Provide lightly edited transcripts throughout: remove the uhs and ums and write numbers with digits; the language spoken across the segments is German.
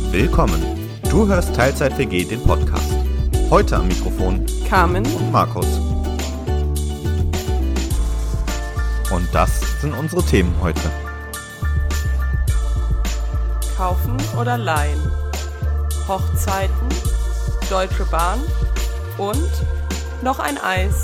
Willkommen. Du hörst Teilzeit-WG, den Podcast. Heute am Mikrofon Carmen und Markus. Und das sind unsere Themen heute. Kaufen oder leihen, Hochzeiten, Deutsche Bahn und noch ein Eis.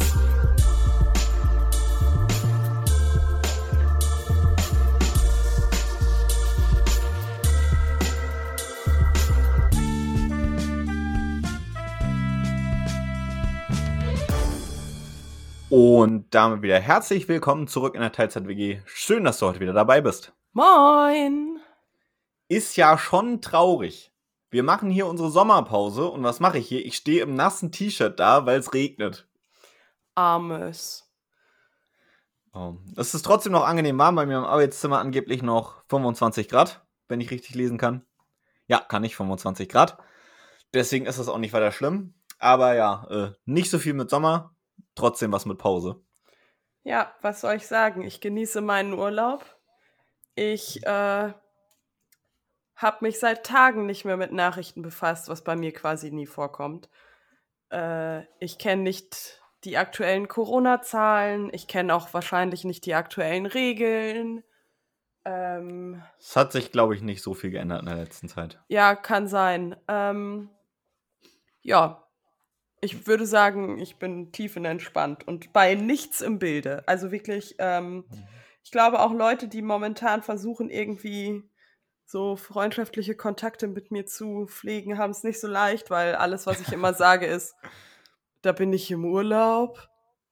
Und damit wieder herzlich willkommen zurück in der Teilzeit-WG. Schön, dass du heute wieder dabei bist. Moin! Ist ja schon traurig. Wir machen hier unsere Sommerpause und was mache ich hier? Ich stehe im nassen T-Shirt da, weil es regnet. Armes. Es ist trotzdem noch angenehm warm, bei mir im Arbeitszimmer angeblich noch 25 Grad, wenn ich richtig lesen kann. Ja, kann ich, 25 Grad. Deswegen ist es auch nicht weiter schlimm. Aber ja, nicht so viel mit Sommer, trotzdem was mit Pause. Ja, was soll ich sagen? Ich genieße meinen Urlaub. Ich habe mich seit Tagen nicht mehr mit Nachrichten befasst, was bei mir quasi nie vorkommt. Ich kenne nicht die aktuellen Corona-Zahlen. Ich kenne auch wahrscheinlich nicht die aktuellen Regeln. Es hat sich, glaube ich, nicht so viel geändert in der letzten Zeit. Ja, kann sein. Ja, ich würde sagen, ich bin tiefenentspannt und bei nichts im Bilde. Also wirklich, ich glaube auch Leute, die momentan versuchen, irgendwie so freundschaftliche Kontakte mit mir zu pflegen, haben es nicht so leicht, weil alles, was ich immer sage, ist, da bin ich im Urlaub.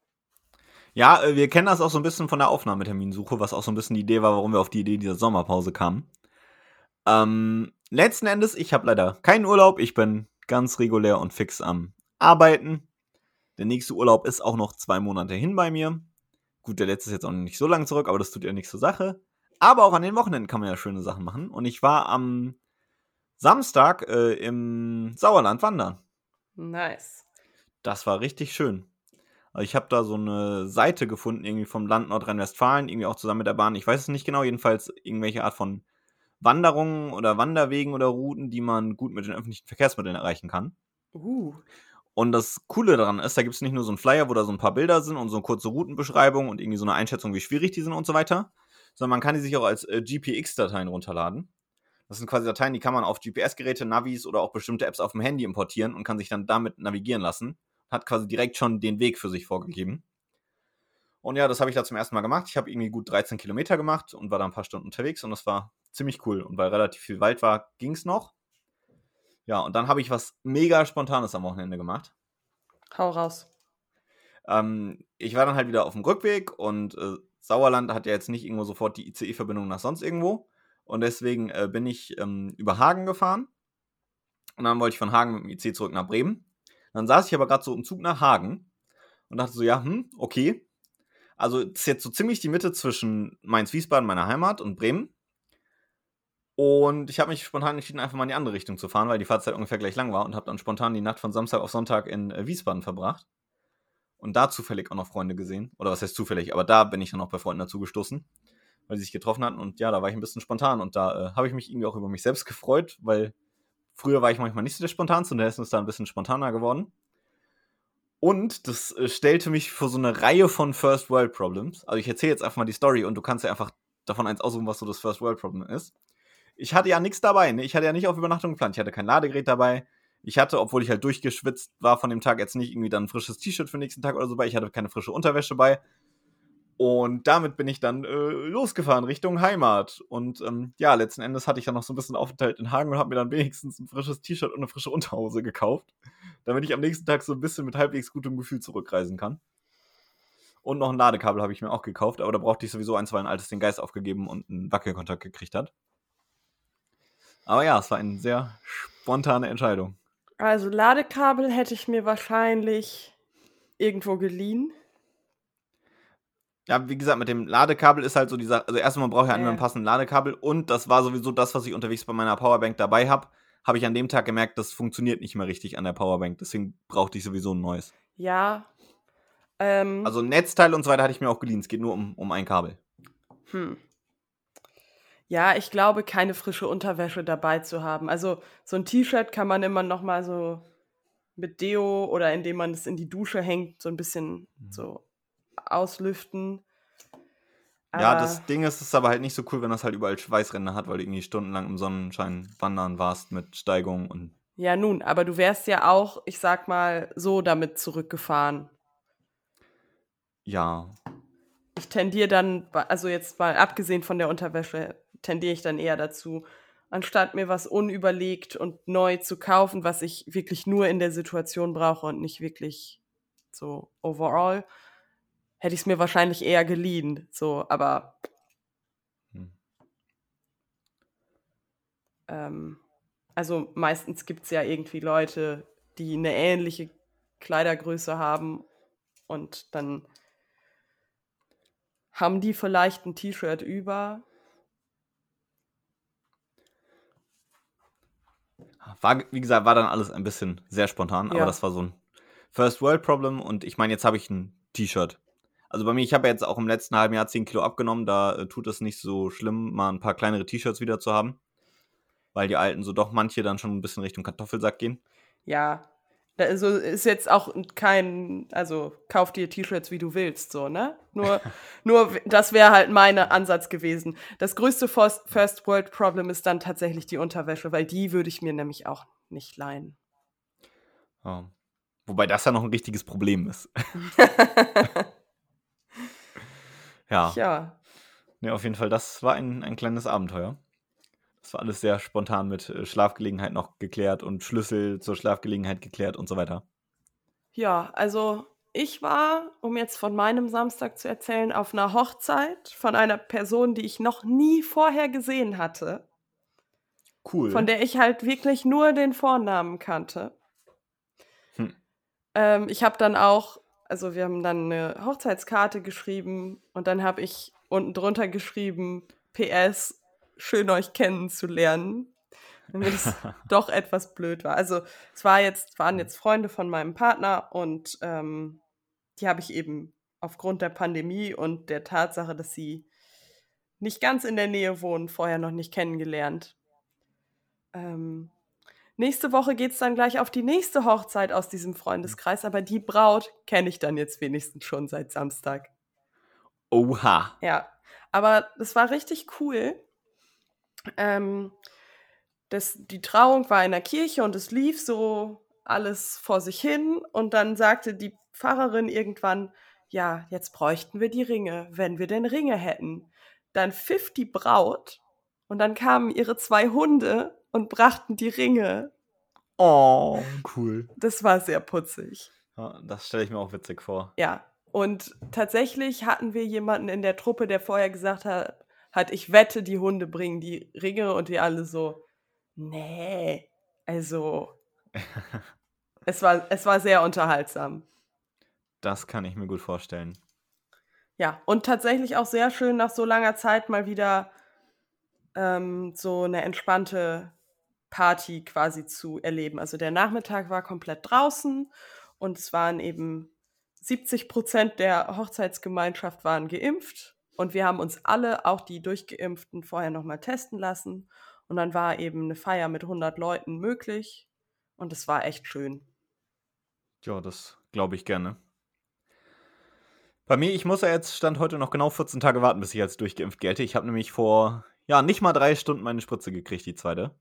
Ja, wir kennen das auch so ein bisschen von der Aufnahmeterminsuche, was auch so ein bisschen die Idee war, warum wir auf die Idee dieser Sommerpause kamen. Letzten Endes, ich habe leider keinen Urlaub. Ich bin ganz regulär und fix am Arbeiten. Der nächste Urlaub ist auch noch 2 Monate hin bei mir. Gut, der letzte ist jetzt auch nicht so lange zurück, aber das tut ja nichts zur Sache. Aber auch an den Wochenenden kann man ja schöne Sachen machen. Und ich war am Samstag im Sauerland wandern. Nice. Das war richtig schön. Also ich habe da so eine Seite gefunden, irgendwie vom Land Nordrhein-Westfalen, irgendwie auch zusammen mit der Bahn. Ich weiß es nicht genau, jedenfalls irgendwelche Art von Wanderungen oder Wanderwegen oder Routen, die man gut mit den öffentlichen Verkehrsmitteln erreichen kann. Und das Coole daran ist, da gibt es nicht nur so einen Flyer, wo da so ein paar Bilder sind und so eine kurze Routenbeschreibung und irgendwie so eine Einschätzung, wie schwierig die sind und so weiter, sondern man kann die sich auch als GPX-Dateien runterladen. Das sind quasi Dateien, die kann man auf GPS-Geräte, Navis oder auch bestimmte Apps auf dem Handy importieren und kann sich dann damit navigieren lassen. Hat quasi direkt schon den Weg für sich vorgegeben. Und ja, das habe ich da zum ersten Mal gemacht. Ich habe irgendwie gut 13 Kilometer gemacht und war da ein paar Stunden unterwegs und das war ziemlich cool. Und weil relativ viel Wald war, ging es noch. Ja, und dann habe ich was mega Spontanes am Wochenende gemacht. Hau raus. Ich war dann halt wieder auf dem Rückweg und Sauerland hat ja jetzt nicht irgendwo sofort die ICE-Verbindung nach sonst irgendwo. Und deswegen bin ich über Hagen gefahren. Und dann wollte ich von Hagen mit dem IC zurück nach Bremen. Dann saß ich aber gerade so im Zug nach Hagen und dachte so, ja, okay. Also das ist jetzt so ziemlich die Mitte zwischen Mainz-Wiesbaden, meiner Heimat, und Bremen. Und ich habe mich spontan entschieden, einfach mal in die andere Richtung zu fahren, weil die Fahrzeit ungefähr gleich lang war und habe dann spontan die Nacht von Samstag auf Sonntag in Wiesbaden verbracht. Und da zufällig auch noch Freunde gesehen. Oder was heißt zufällig, aber da bin ich dann auch bei Freunden dazu gestoßen, weil sie sich getroffen hatten. Und ja, da war ich ein bisschen spontan. Und da habe ich mich irgendwie auch über mich selbst gefreut, weil früher war ich manchmal nicht so der Spontanste und der ist uns da ein bisschen spontaner geworden. Und das stellte mich vor so eine Reihe von First World Problems. Also ich erzähle jetzt einfach mal die Story und du kannst ja einfach davon eins aussuchen, was so das First World Problem ist. Ich hatte ja nichts dabei, ne? Ich hatte ja nicht auf Übernachtung geplant. Ich hatte kein Ladegerät dabei. Ich hatte, obwohl ich halt durchgeschwitzt war von dem Tag, jetzt nicht irgendwie dann ein frisches T-Shirt für den nächsten Tag oder so bei. Ich hatte keine frische Unterwäsche bei. Und damit bin ich dann losgefahren Richtung Heimat. Und ja, letzten Endes hatte ich dann noch so ein bisschen Aufenthalt in Hagen und habe mir dann wenigstens ein frisches T-Shirt und eine frische Unterhose gekauft, damit ich am nächsten Tag so ein bisschen mit halbwegs gutem Gefühl zurückreisen kann. Und noch ein Ladekabel habe ich mir auch gekauft, aber da brauchte ich sowieso eins, weil ein altes den Geist aufgegeben und einen Wackelkontakt gekriegt hat. Aber ja, es war eine sehr spontane Entscheidung. Also Ladekabel hätte ich mir wahrscheinlich irgendwo geliehen. Ja, wie gesagt, mit dem Ladekabel ist halt so die Sache, also erstmal brauche ich einen passenden Ladekabel und das war sowieso das, was ich unterwegs bei meiner Powerbank dabei habe ich an dem Tag gemerkt, das funktioniert nicht mehr richtig an der Powerbank, deswegen brauchte ich sowieso ein neues. Ja. Also Netzteil und so weiter hatte ich mir auch geliehen, es geht nur um ein Kabel. Ja, ich glaube, keine frische Unterwäsche dabei zu haben. Also, so ein T-Shirt kann man immer noch mal so mit Deo oder indem man es in die Dusche hängt, so ein bisschen so auslüften. Ja, Aber das Ding ist, es ist aber halt nicht so cool, wenn das halt überall Schweißränder hat, weil du irgendwie stundenlang im Sonnenschein wandern warst mit Steigung und ja nun, aber du wärst ja auch, ich sag mal, so damit zurückgefahren. ja. Ich tendiere dann, also jetzt mal abgesehen von der Unterwäsche, tendiere ich dann eher dazu, anstatt mir was unüberlegt und neu zu kaufen, was ich wirklich nur in der Situation brauche und nicht wirklich so overall, hätte ich es mir wahrscheinlich eher geliehen. So, aber Hm. also meistens gibt es ja irgendwie Leute, die eine ähnliche Kleidergröße haben und dann haben die vielleicht ein T-Shirt über. War, wie gesagt, war dann alles ein bisschen sehr spontan, aber Ja, das war so ein First World Problem und ich meine, jetzt habe ich ein T-Shirt. Also bei mir, ich habe ja jetzt auch im letzten halben Jahr 10 Kilo abgenommen, da tut es nicht so schlimm, mal ein paar kleinere T-Shirts wieder zu haben, weil die alten so doch manche dann schon ein bisschen Richtung Kartoffelsack gehen. ja. Also ist jetzt auch kein, also kauf dir T-Shirts, wie du willst, so, ne? Nur das wäre halt mein Ansatz gewesen. Das größte First World Problem ist dann tatsächlich die Unterwäsche, weil die würde ich mir nämlich auch nicht leihen. Ja. Wobei das ja noch ein richtiges Problem ist. Ja, Ja, ne, auf jeden Fall, das war ein kleines Abenteuer. Das war alles sehr spontan mit Schlafgelegenheit noch geklärt und Schlüssel zur Schlafgelegenheit geklärt und so weiter. ja, also ich war, um jetzt von meinem Samstag zu erzählen, auf einer Hochzeit von einer Person, die ich noch nie vorher gesehen hatte, von Cool. der ich halt wirklich nur den Vornamen kannte. Hm. Ich habe dann auch, also wir haben dann eine Hochzeitskarte geschrieben und dann habe ich unten drunter geschrieben: „PS, schön euch kennenzulernen“, weil mir das doch etwas blöd war. Also, waren jetzt Freunde von meinem Partner und, die habe ich eben aufgrund der Pandemie und der Tatsache, dass sie nicht ganz in der Nähe wohnen, vorher noch nicht kennengelernt. Ähm, Nächste Woche geht's dann gleich auf die nächste Hochzeit aus diesem Freundeskreis, aber die Braut kenne ich dann jetzt wenigstens schon seit Samstag. Oha. Ja, aber das war richtig cool. Ähm, die Trauung war in der Kirche und es lief so alles vor sich hin und dann sagte die Pfarrerin irgendwann: „Ja, jetzt bräuchten wir die Ringe, wenn wir denn Ringe hätten.“ Dann pfiff die Braut und dann kamen ihre 2 Hunde und brachten die Ringe. Oh, cool. Das war sehr putzig. Ja, das stelle ich mir auch witzig vor. Ja, und tatsächlich hatten wir jemanden in der Truppe, der vorher gesagt hat: „Ich wette, die Hunde bringen die Ringe“, und wir alle so: „Ne.“ Also, es war sehr unterhaltsam. Das kann ich mir gut vorstellen. Ja, und tatsächlich auch sehr schön, nach so langer Zeit mal wieder, so 'ne entspannte Party quasi zu erleben. Also, der Nachmittag war komplett draußen und es waren eben 70% der Hochzeitsgemeinschaft waren geimpft und wir haben uns alle, auch die Durchgeimpften, vorher noch mal testen lassen und dann war eben 'ne Feier mit 100 Leuten möglich und es war echt schön. Ja, das glaube ich gerne. Bei mir, ich muss ja jetzt Stand heute noch genau 14 Tage warten, bis ich als durchgeimpft gelte. Ich habe nämlich vor, ja, nicht mal 3 Stunden meine Spritze gekriegt, die zweite.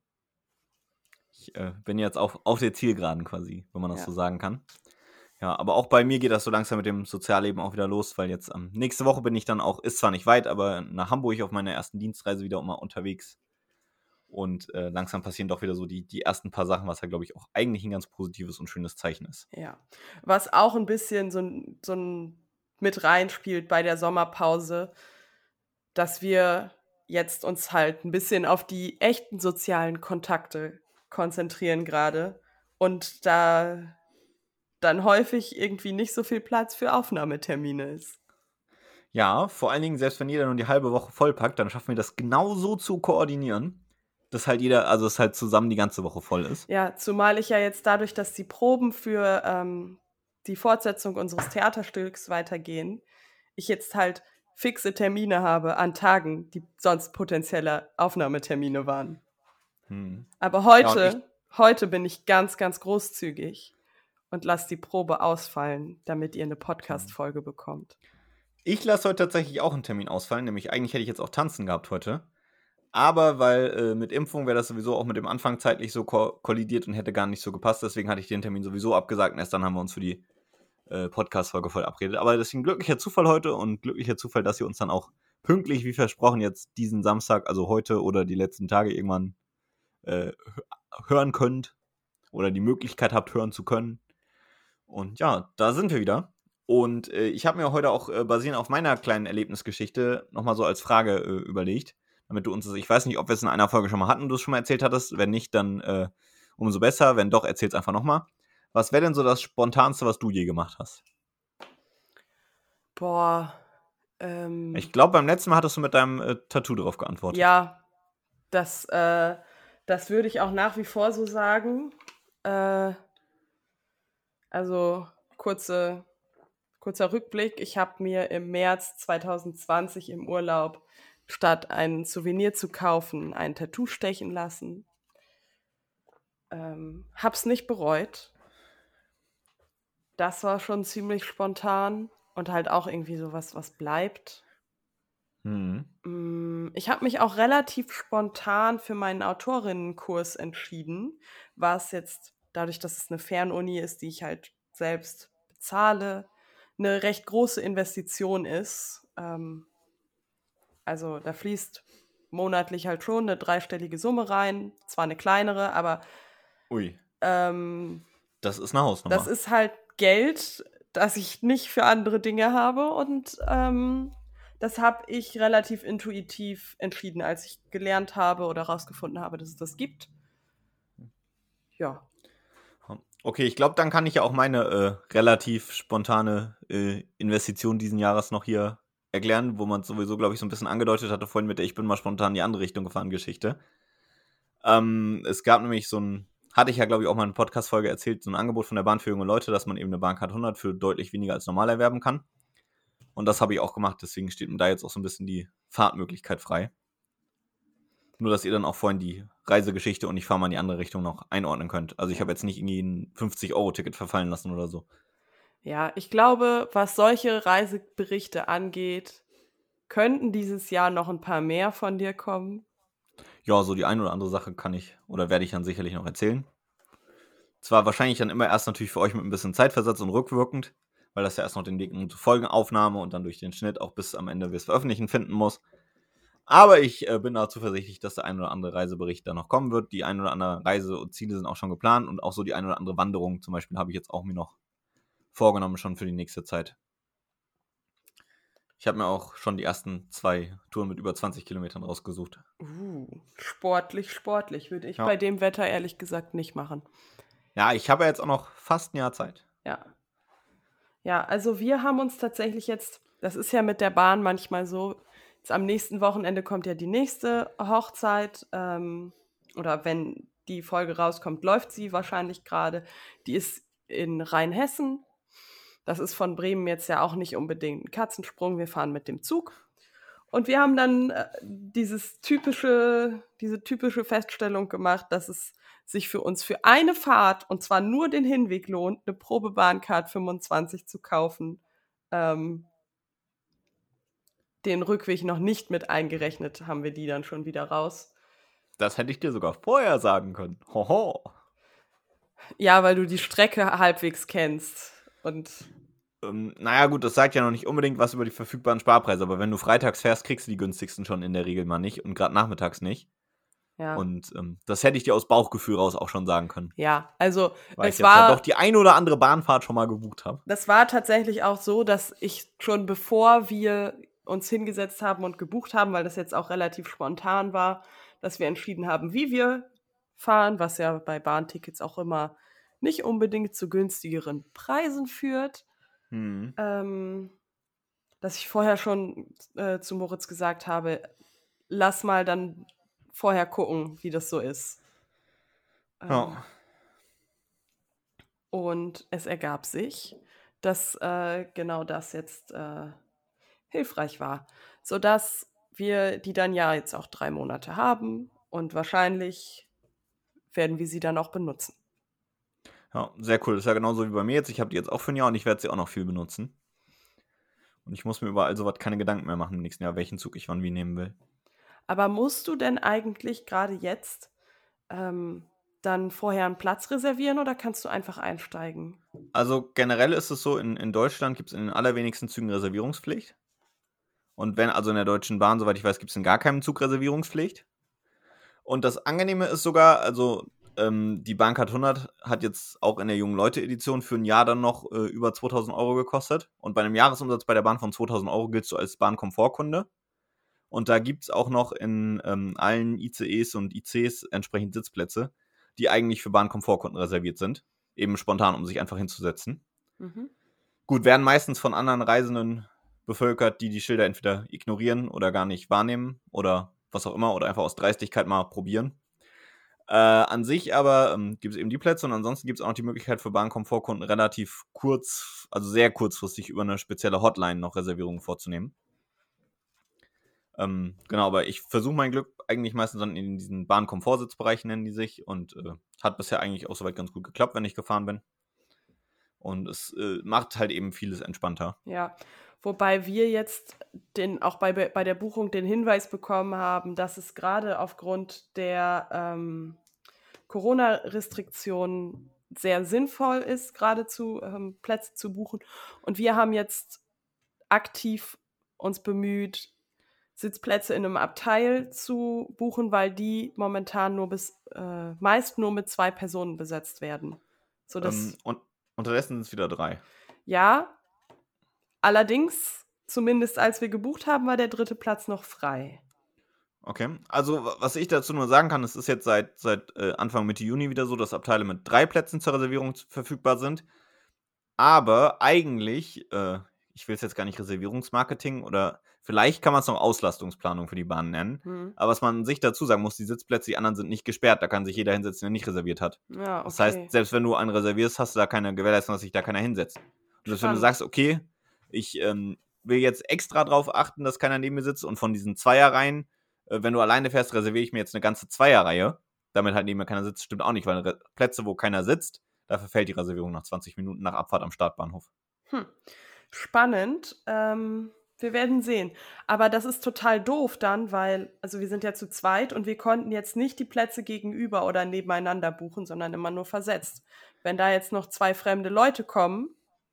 Ich bin jetzt auf der Zielgeraden quasi, wenn man das Ja. so sagen kann. Ja, aber auch bei mir geht das so langsam mit dem Sozialleben auch wieder los, weil jetzt nächste Woche bin ich dann auch, ist zwar nicht weit, aber nach Hamburg auf meiner ersten Dienstreise wieder mal unterwegs. Und langsam passieren doch wieder so die ersten paar Sachen, was ja, glaube ich, auch eigentlich ein ganz positives und schönes Zeichen ist. Ja. Was auch 'n bisschen so 'n mit reinspielt bei der Sommerpause, dass wir jetzt uns halt 'n bisschen auf die echten sozialen Kontakte konzentrieren grade und da dann häufig irgendwie nicht so viel Platz für Aufnahmetermine ist. Ja, vor allen Dingen, selbst wenn jeder nur die halbe Woche vollpackt, dann schaffen wir das genauso zu koordinieren, dass halt jeder, also es halt zusammen die ganze Woche voll ist. Ja, zumal ich ja jetzt dadurch, dass die Proben für, die Fortsetzung unseres Theaterstücks weitergehen, ich jetzt halt fixe Termine habe an Tagen, die sonst potenzielle Aufnahmetermine waren. Aber Ja, und heute bin ich ganz, ganz großzügig und lasse die Probe ausfallen, damit ihr eine Podcast-Folge bekommt. ich lasse heute tatsächlich auch einen Termin ausfallen, nämlich eigentlich hätte ich jetzt auch tanzen gehabt heute. Aber weil mit Impfung wäre das sowieso auch mit dem Anfang zeitlich so kollidiert und hätte gar nicht so gepasst. Deswegen hatte ich den Termin sowieso abgesagt und erst dann haben wir uns für die Podcast-Folge voll verabredet. Aber deswegen glücklicher Zufall heute und glücklicher Zufall, dass ihr uns dann auch pünktlich, wie versprochen, jetzt diesen Samstag, also heute oder die letzten Tage irgendwann hören könnt oder die Möglichkeit habt, hören zu können. Und ja, da sind wir wieder. Und ich habe mir heute auch basierend auf meiner kleinen Erlebnisgeschichte nochmal so als Frage überlegt, damit du uns das, ich weiß nicht, ob wir es in einer Folge schon mal hatten, du es schon mal erzählt hattest. Wenn nicht, dann umso besser. Wenn doch, erzähl es einfach nochmal. Was wäre denn so das Spontanste, was du je gemacht hast? Boah, Ich glaube, beim letzten Mal hattest du mit deinem Tattoo drauf geantwortet. ja, das würde ich auch nach wie vor so sagen. Also kurzer Rückblick. Ich habe mir im März 2020 im Urlaub, statt ein Souvenir zu kaufen, ein Tattoo stechen lassen. Hab's nicht bereut. Das war schon ziemlich spontan und halt auch irgendwie sowas, was bleibt. Ich habe mich auch relativ spontan für meinen Autorinnеnkurs entschieden, was jetzt, dadurch, dass es eine Fernuni ist, die ich halt selbst bezahle, eine recht große Investition ist. Also da fließt monatlich halt schon eine dreistellige Summe rein, zwar eine kleinere, aber Ui, ähm, das ist eine Hausnummer. das ist halt Geld, das ich nicht für andere Dinge habe und das habe ich relativ intuitiv entschieden, als ich gelernt habe oder herausgefunden habe, dass es das gibt. Ja. Okay, ich glaube, dann kann ich ja auch meine relativ spontane Investition diesen Jahres noch hier erklären, wo man sowieso, glaube ich, so ein bisschen angedeutet hatte vorhin mit der Ich bin mal spontan in die andere Richtung gefahren Geschichte. Es gab nämlich so ein, hatte ich ja, glaube ich, auch mal in einer Podcast-Folge erzählt, so ein Angebot von der Bahn für junge Leute, dass man eben eine Bahncard 100 für deutlich weniger als normal erwerben kann. Und das habe ich auch gemacht, deswegen steht mir da jetzt auch so ein bisschen die Fahrtmöglichkeit frei. Nur, dass ihr dann auch vorhin die Reisegeschichte und ich fahre mal in die andere Richtung noch einordnen könnt. Also ich habe jetzt nicht irgendwie ein 50-Euro-Ticket verfallen lassen oder so. Ja, ich glaube, was solche Reiseberichte angeht, könnten dieses Jahr noch ein paar mehr von dir kommen. Ja, so die ein oder andere Sache kann ich oder werde ich dann sicherlich noch erzählen. Zwar wahrscheinlich dann immer erst natürlich für euch mit ein bisschen Zeitversatz und rückwirkend, weil das ja erst noch den Weg zur Folgenaufnahme und dann durch den Schnitt auch bis am Ende bis veröffentlichen finden muss. Aber ich bin da zuversichtlich, dass der ein oder andere Reisebericht da noch kommen wird. Die ein oder andere Reise und Ziele sind auch schon geplant und auch so die ein oder andere Wanderung zum Beispiel habe ich jetzt auch mir noch vorgenommen schon für die nächste Zeit. Ich habe mir auch schon die ersten 2 Touren mit über 20 Kilometern rausgesucht. Sportlich. Würde ich Ja. bei dem Wetter ehrlich gesagt nicht machen. Ja, ich habe ja jetzt auch noch fast ein Jahr Zeit. Ja. Ja, also wir haben uns tatsächlich jetzt, das ist ja mit der Bahn manchmal so, jetzt am nächsten Wochenende kommt ja die nächste Hochzeit, oder wenn die Folge rauskommt, läuft sie wahrscheinlich gerade. Die ist in Rheinhessen. Das ist von Bremen jetzt ja auch nicht unbedingt ein Katzensprung. Wir fahren mit dem Zug. Und wir haben dann diese typische Feststellung gemacht, dass es sich für uns für eine Fahrt, und zwar nur den Hinweg lohnt, eine Probebahncard 25 zu kaufen. Den Rückweg noch nicht mit eingerechnet, haben wir die dann schon wieder raus. Das hätte ich dir sogar vorher sagen können. Hoho. Ja, weil du die Strecke halbwegs kennst. Und Naja, gut, das sagt ja noch nicht unbedingt was über die verfügbaren Sparpreise, aber wenn du freitags fährst, kriegst du die günstigsten schon in der Regel mal nicht und gerade nachmittags nicht. ja. Und das hätte ich dir aus Bauchgefühl raus auch schon sagen können. Ja, also Weil es ich jetzt ja war doch die ein oder andere Bahnfahrt schon mal gebucht habe. Das war tatsächlich auch so, dass ich schon bevor wir uns hingesetzt haben und gebucht haben, weil das jetzt auch relativ spontan war, dass wir entschieden haben, wie wir fahren, was ja bei Bahntickets auch immer nicht unbedingt zu günstigeren Preisen führt. Dass ich vorher schon zu Moritz gesagt habe, lass mal dann vorher gucken, wie das so ist. Ja. Und es ergab sich, dass genau das jetzt hilfreich war, sodass wir die dann ja jetzt auch 3 Monate haben und wahrscheinlich werden wir sie dann auch benutzen. Ja, sehr cool. Das ist ja genauso wie bei mir jetzt. Ich habe die jetzt auch für ein Jahr und ich werde sie auch noch viel benutzen. Und ich muss mir über all sowas keine Gedanken mehr machen im nächsten Jahr, welchen Zug ich wann wie nehmen will. Aber musst du denn eigentlich gerade jetzt dann vorher einen Platz reservieren oder kannst du einfach einsteigen? Also generell ist es so, in Deutschland gibt es in den allerwenigsten Zügen Reservierungspflicht. Und wenn, also in der Deutschen Bahn, soweit ich weiß, gibt es in gar keinem Zug Reservierungspflicht. Und das Angenehme ist sogar, also die Bahncard 100 hat jetzt auch in der Jungen-Leute-Edition für ein Jahr dann noch über 2000 Euro gekostet. Und bei einem Jahresumsatz bei der Bahn von 2000 Euro giltst du als Bahnkomfortkunde. Und da gibt es auch noch in allen ICEs und ICs entsprechend Sitzplätze, die eigentlich für Bahnkomfortkunden reserviert sind. Eben spontan, um sich einfach hinzusetzen. Mhm. Gut, werden meistens von anderen Reisenden bevölkert, die Schilder entweder ignorieren oder gar nicht wahrnehmen oder was auch immer oder einfach aus Dreistigkeit mal probieren. An sich aber gibt es eben die Plätze und ansonsten gibt es auch noch die Möglichkeit für Bahnkomfortkunden relativ kurz, also sehr kurzfristig über eine spezielle Hotline noch Reservierungen vorzunehmen. Genau, aber ich versuche mein Glück eigentlich meistens dann in diesen Bahnkomfortsitzbereichen, nennen die sich, und hat bisher eigentlich auch soweit ganz gut geklappt, wenn ich gefahren bin. Und es macht halt eben vieles entspannter. Ja, wobei wir jetzt auch bei der Buchung den Hinweis bekommen haben, dass es gerade aufgrund der Corona-Restriktionen sehr sinnvoll ist, gerade Plätze zu buchen. Und wir haben jetzt aktiv uns bemüht, Sitzplätze in einem Abteil zu buchen, weil die momentan meist nur mit 2 Personen besetzt werden. Und unterdessen sind es wieder 3. Ja, allerdings, zumindest als wir gebucht haben, war der 3. Platz noch frei. Okay, also was ich dazu nur sagen kann, es ist jetzt seit Anfang Mitte Juni wieder so, dass Abteile mit 3 Plätzen zur Reservierung verfügbar sind. Aber eigentlich, ich will es jetzt gar nicht Reservierungsmarketing oder vielleicht kann man es noch Auslastungsplanung für die Bahn nennen. Aber was man sich dazu sagen muss, die Sitzplätze, die anderen sind nicht gesperrt, da kann sich jeder hinsetzen, der nicht reserviert hat. Ja, Das okay. heißt, selbst wenn du einen reservierst, hast du da keine Gewährleistung, dass sich da keiner hinsetzt. Und selbst wenn du Spannend. sagst, okay, ich will jetzt extra drauf achten, dass keiner neben mir sitzt und von diesen Zweierreihen, wenn du alleine fährst, reserviere ich mir jetzt eine ganze Zweierreihe, damit halt neben mir keiner sitzt, stimmt auch nicht, weil Plätze, wo keiner sitzt, da verfällt die Reservierung nach 20 Minuten nach Abfahrt am Startbahnhof. Spannend. Wir werden sehen. Aber das ist total doof dann, weil, also wir sind ja zu zweit und wir konnten jetzt nicht die Plätze gegenüber oder nebeneinander buchen, sondern immer nur versetzt. Wenn da jetzt noch 2 fremde Leute kommen.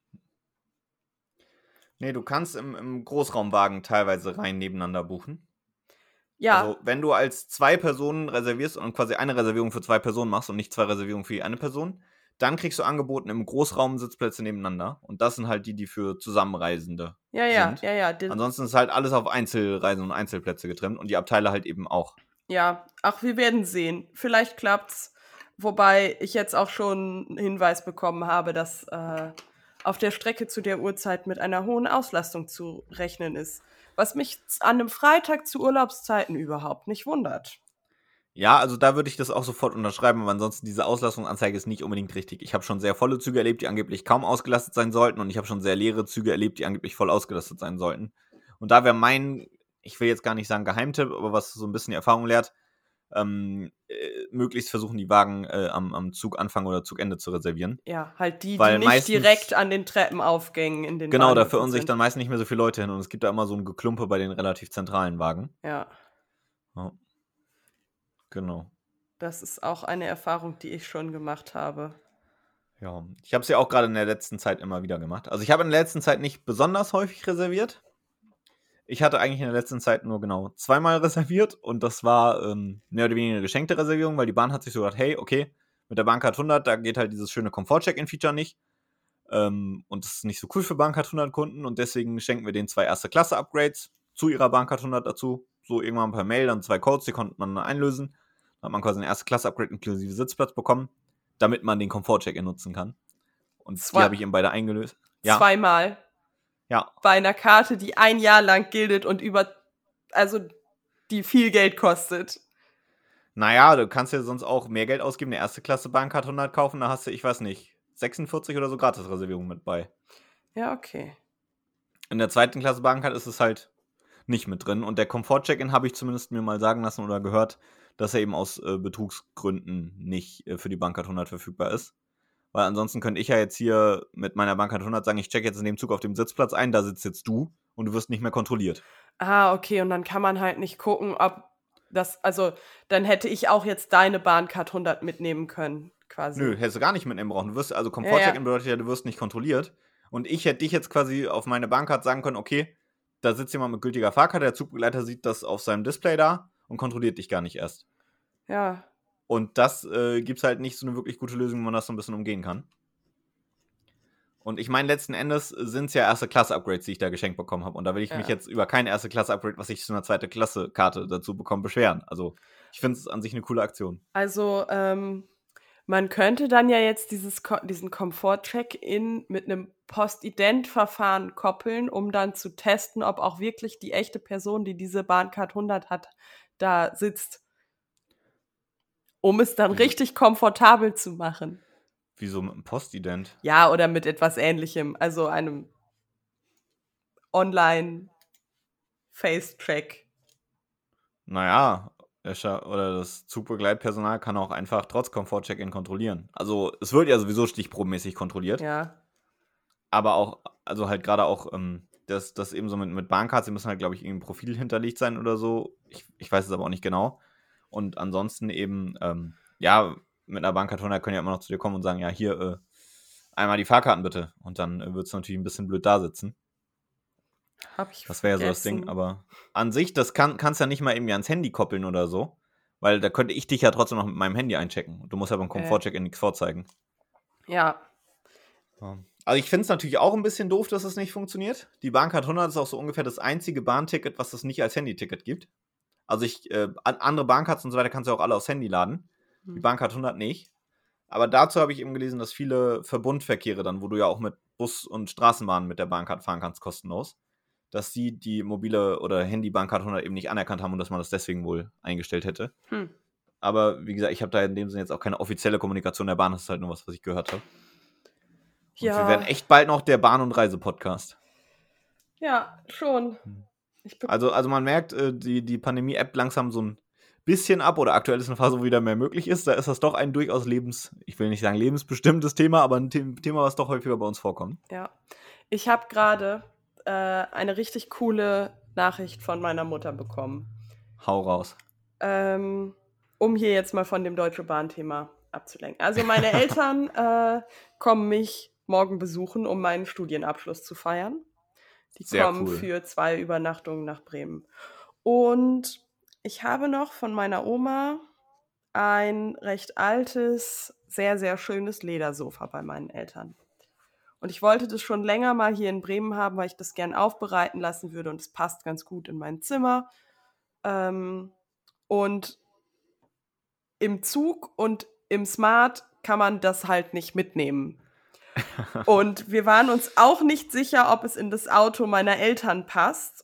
Nee, du kannst im Großraumwagen teilweise Reihen nebeneinander buchen. Ja, Also, wenn du als 2 Personen reservierst und quasi eine Reservierung für 2 Personen machst und nicht 2 Reservierungen für eine Person, dann kriegst du angeboten im Großraum Sitzplätze nebeneinander. Und das sind halt die für Zusammenreisende sind. ja. Ansonsten ist halt alles auf Einzelreisen und Einzelplätze getrimmt und die Abteile halt eben auch. Ja, ach, wir werden sehen. Vielleicht klappt's. Wobei ich jetzt auch schon einen Hinweis bekommen habe, dass auf der Strecke zu der Uhrzeit mit einer hohen Auslastung zu rechnen ist. Was mich an einem Freitag zu Urlaubszeiten überhaupt nicht wundert. Ja, also da würde ich das auch sofort unterschreiben, aber ansonsten diese Auslastungsanzeige ist nicht unbedingt richtig. Ich habe schon sehr volle Züge erlebt, die angeblich kaum ausgelastet sein sollten und ich habe schon sehr leere Züge erlebt, die angeblich voll ausgelastet sein sollten. Und da wäre ich will jetzt gar nicht sagen Geheimtipp, aber was so ein bisschen die Erfahrung lehrt, möglichst versuchen, die Wagen am Zuganfang oder Zugende zu reservieren. Ja, halt die Weil nicht meistens, direkt an den Treppenaufgängen in den genau, da Bahnhöfen verirren sich sind. dann meist nicht mehr so viele Leute hin und es gibt da immer so ein Geklumpe bei den relativ zentralen Wagen. Ja, Ja, genau. das ist auch eine Erfahrung, die ich schon gemacht habe. Ja, ich habe es ja auch gerade in der letzten Zeit immer wieder gemacht. Also ich habe in der letzten Zeit nicht besonders häufig reserviert. Ich hatte eigentlich in der letzten Zeit nur genau 2-mal reserviert und das war mehr oder weniger eine geschenkte Reservierung, weil die Bahn hat sich so gedacht, hey, okay, mit der Bahncard 100, da geht halt dieses schöne Komfort-Check-In-Feature nicht. Und das ist nicht so cool für Bahncard 100 Kunden und deswegen schenken wir denen 2 Erste-Klasse-Upgrades zu ihrer Bahncard 100 dazu. So irgendwann per Mail, dann 2 Codes, die konnte man einlösen. Dann hat man quasi ein Erste-Klasse-Upgrade inklusive Sitzplatz bekommen, damit man den Komfort-Check-In nutzen kann. Und die habe ich eben beide eingelöst. Ja. Zweimal. Ja. Bei einer Karte, die 1 Jahr lang giltet und die viel Geld kostet. Naja, du kannst ja sonst auch mehr Geld ausgeben, eine erste Klasse Bahncard 100 kaufen, da hast du, ich weiß nicht, 46 oder so Gratis-Reservierung mit bei. Ja, okay. In der zweiten Klasse Bahncard ist es halt nicht mit drin. Und der Komfort-Check-In habe ich zumindest mir mal sagen lassen oder gehört, dass er eben aus Betrugsgründen nicht für die Bahncard 100 verfügbar ist. Weil ansonsten könnte ich ja jetzt hier mit meiner Bahncard 100 sagen, ich check jetzt in dem Zug auf dem Sitzplatz ein, da sitzt jetzt du und du wirst nicht mehr kontrolliert. Ah, okay, und dann kann man halt nicht gucken, ob das, also dann hätte ich auch jetzt deine Bahncard 100 mitnehmen können, quasi. Nö, hättest du gar nicht mitnehmen brauchen. Du wirst, also Ja, Komfort-Check-In ja. bedeutet ja, du wirst nicht kontrolliert. Und ich hätte dich jetzt quasi auf meine Bahncard sagen können, okay, da sitzt jemand mit gültiger Fahrkarte, der Zugbegleiter sieht das auf seinem Display da und kontrolliert dich gar nicht erst. Ja. Und das gibt es halt nicht so eine wirklich gute Lösung, wie man das so ein bisschen umgehen kann. Und ich meine, letzten Endes sind es ja Erste-Klasse-Upgrades, die ich da geschenkt bekommen habe. Und da will ich mich Ja. jetzt über kein Erste-Klasse-Upgrade, was ich zu einer Zweite-Klasse-Karte dazu bekomme, beschweren. Also, ich finde es an sich eine coole Aktion. Also, man könnte dann ja jetzt diesen Komfort-Check-In mit einem Postident-Verfahren koppeln, um dann zu testen, ob auch wirklich die echte Person, die diese Bahncard 100 hat, da sitzt. Um es dann Wieso? richtig komfortabel zu machen. Wieso mit einem Postident? Ja, oder mit etwas Ähnlichem, also einem Online-Face-Track. Naja, oder das Zugbegleitpersonal kann auch einfach trotz Komfort-Check-In kontrollieren. Also, es wird ja sowieso stichprobenmäßig kontrolliert. Ja. Aber auch, also halt gerade auch, das eben so mit Bahncards, die müssen halt, glaube ich, irgendwie ein Profil hinterlegt sein oder so. Ich weiß es aber auch nicht genau. Und ansonsten eben, ja, mit einer Bahncard 100 können ja immer noch zu dir kommen und sagen, ja, hier, einmal die Fahrkarten bitte. Und dann wird es natürlich ein bisschen blöd da sitzen. Hab ich Das wäre ja so das Ding. vergessen. Aber an sich, das kannst ja nicht mal irgendwie ans Handy koppeln oder so. Weil da könnte ich dich ja trotzdem noch mit meinem Handy einchecken. Und du musst ja beim Komfort-Check-In nichts vorzeigen. Ja. Ja. Also ich finde es natürlich auch ein bisschen doof, dass es nicht funktioniert. Die Bahncard 100 ist auch so ungefähr das einzige Bahnticket, was es nicht als Handyticket gibt. Also andere Bahncards und so weiter kannst du auch alle aufs Handy laden. Die Bahncard 100 nicht. Aber dazu habe ich eben gelesen, dass viele Verbundverkehre dann, wo du ja auch mit Bus und Straßenbahn mit der Bahncard fahren kannst, kostenlos, dass sie die mobile oder Handy-Bahncard 100 eben nicht anerkannt haben und dass man das deswegen wohl eingestellt hätte. Aber wie gesagt, ich habe da in dem Sinne jetzt auch keine offizielle Kommunikation der Bahn, das ist halt nur was ich gehört habe. Und wir werden echt bald noch der Bahn- und Reise-Podcast. Ja, schon. Also man merkt, die Pandemie-App langsam so ein bisschen ab oder aktuell ist eine Phase, wo wieder mehr möglich ist. Da ist das doch ein durchaus ich will nicht sagen lebensbestimmtes Thema, aber ein Thema, was doch häufiger bei uns vorkommt. Ja. Ich habe gerade eine richtig coole Nachricht von meiner Mutter bekommen. Hau raus. Um hier jetzt mal von dem Deutsche Bahn-Thema abzulenken. Also meine Eltern kommen mich morgen besuchen, um meinen Studienabschluss zu feiern. Die Sehr kommen cool. für 2 Übernachtungen nach Bremen. Und ich habe noch von meiner Oma ein recht altes, sehr, sehr schönes Ledersofa bei meinen Eltern. Und ich wollte das schon länger mal hier in Bremen haben, weil ich das gern aufbereiten lassen würde und es passt ganz gut in mein Zimmer. Und im Zug und im Smart kann man das halt nicht mitnehmen. Und wir waren uns auch nicht sicher, ob es in das Auto meiner Eltern passt.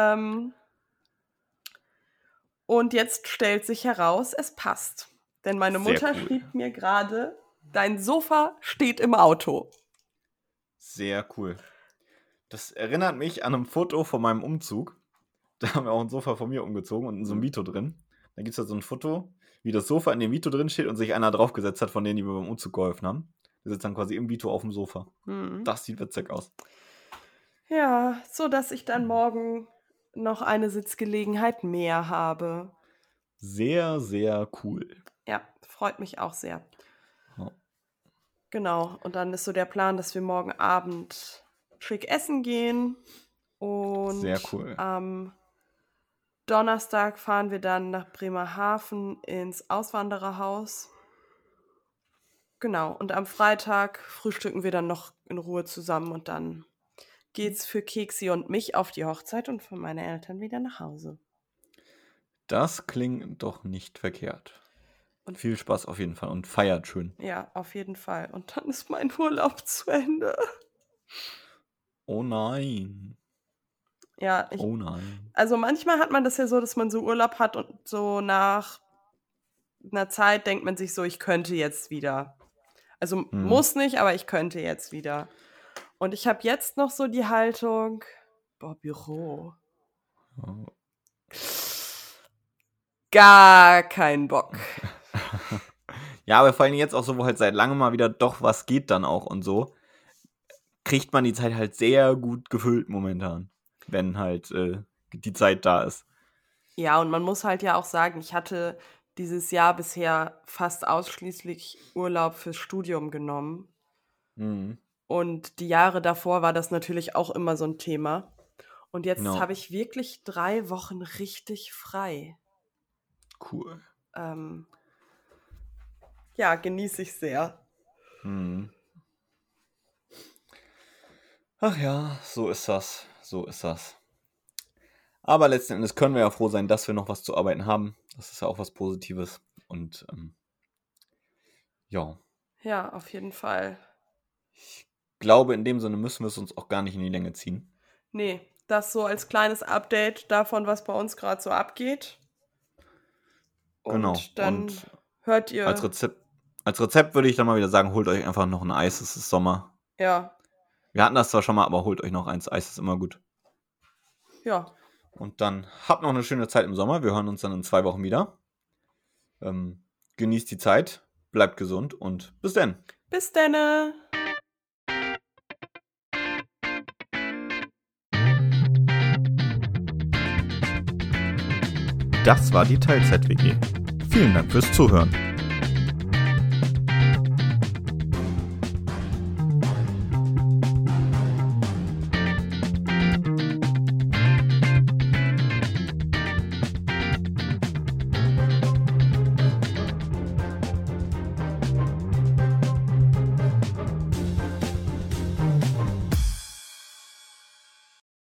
Und jetzt stellt sich heraus, es passt. Denn meine Mutter schrieb mir gerade, dein Sofa steht im Auto. Sehr cool. Das erinnert mich an ein Foto von meinem Umzug. Da haben wir auch ein Sofa von mir umgezogen und in so einem Vito drin. Da gibt es halt so ein Foto, wie das Sofa in dem Vito drin steht und sich einer draufgesetzt hat, von denen, die mir beim Umzug geholfen haben. Der sitzt dann quasi im Vito auf dem Sofa. Das sieht witzig aus. Ja, so dass ich dann morgen noch eine Sitzgelegenheit mehr habe. Sehr, sehr cool. Ja, freut mich auch sehr. Ja. Genau, und dann ist so der Plan, dass wir morgen Abend schick essen gehen. Und sehr cool. am Donnerstag fahren wir dann nach Bremerhaven ins Auswandererhaus. Genau, und am Freitag frühstücken wir dann noch in Ruhe zusammen und dann geht's für Keksi und mich auf die Hochzeit und für meine Eltern wieder nach Hause. Das klingt doch nicht verkehrt. Und viel Spaß auf jeden Fall und feiert schön. Ja, auf jeden Fall. Und dann ist mein Urlaub zu Ende. Oh nein. Ja, oh nein. Also manchmal hat man das ja so, dass man so Urlaub hat und so nach einer Zeit denkt man sich so, ich könnte jetzt wieder. Also muss nicht, aber ich könnte jetzt wieder. Und ich habe jetzt noch so die Haltung, Boah, Büro. Ja. Gar kein Bock. Ja, aber vor allem jetzt auch so, wo halt seit langem mal wieder doch was geht dann auch und so, kriegt man die Zeit halt sehr gut gefüllt momentan, wenn halt die Zeit da ist. Ja, und man muss halt ja auch sagen, ich hatte dieses Jahr bisher fast ausschließlich Urlaub fürs Studium genommen. Mhm. Und die Jahre davor war das natürlich auch immer so ein Thema. Und jetzt Genau. habe ich wirklich 3 Wochen richtig frei. Cool. Ja, genieße ich sehr. Mhm. Ach ja, so ist das. So ist das. Aber letzten Endes können wir ja froh sein, dass wir noch was zu arbeiten haben. Das ist ja auch was Positives. Und ja, Ja, auf jeden Fall. ich glaube, in dem Sinne müssen wir es uns auch gar nicht in die Länge ziehen. Nee, das so als kleines Update davon, was bei uns gerade so abgeht. Genau. Und dann Und hört als ihr, Rezept würde ich dann mal wieder sagen, holt euch einfach noch ein Eis. Es ist Sommer. ja, Wir hatten das zwar schon mal, aber holt euch noch eins. Eis ist immer gut. ja, Und dann habt noch eine schöne Zeit im Sommer. Wir hören uns dann in 2 Wochen wieder. Genießt die Zeit, bleibt gesund und bis dann. bis denne. Das war die Teilzeit-WG. Vielen Dank fürs Zuhören.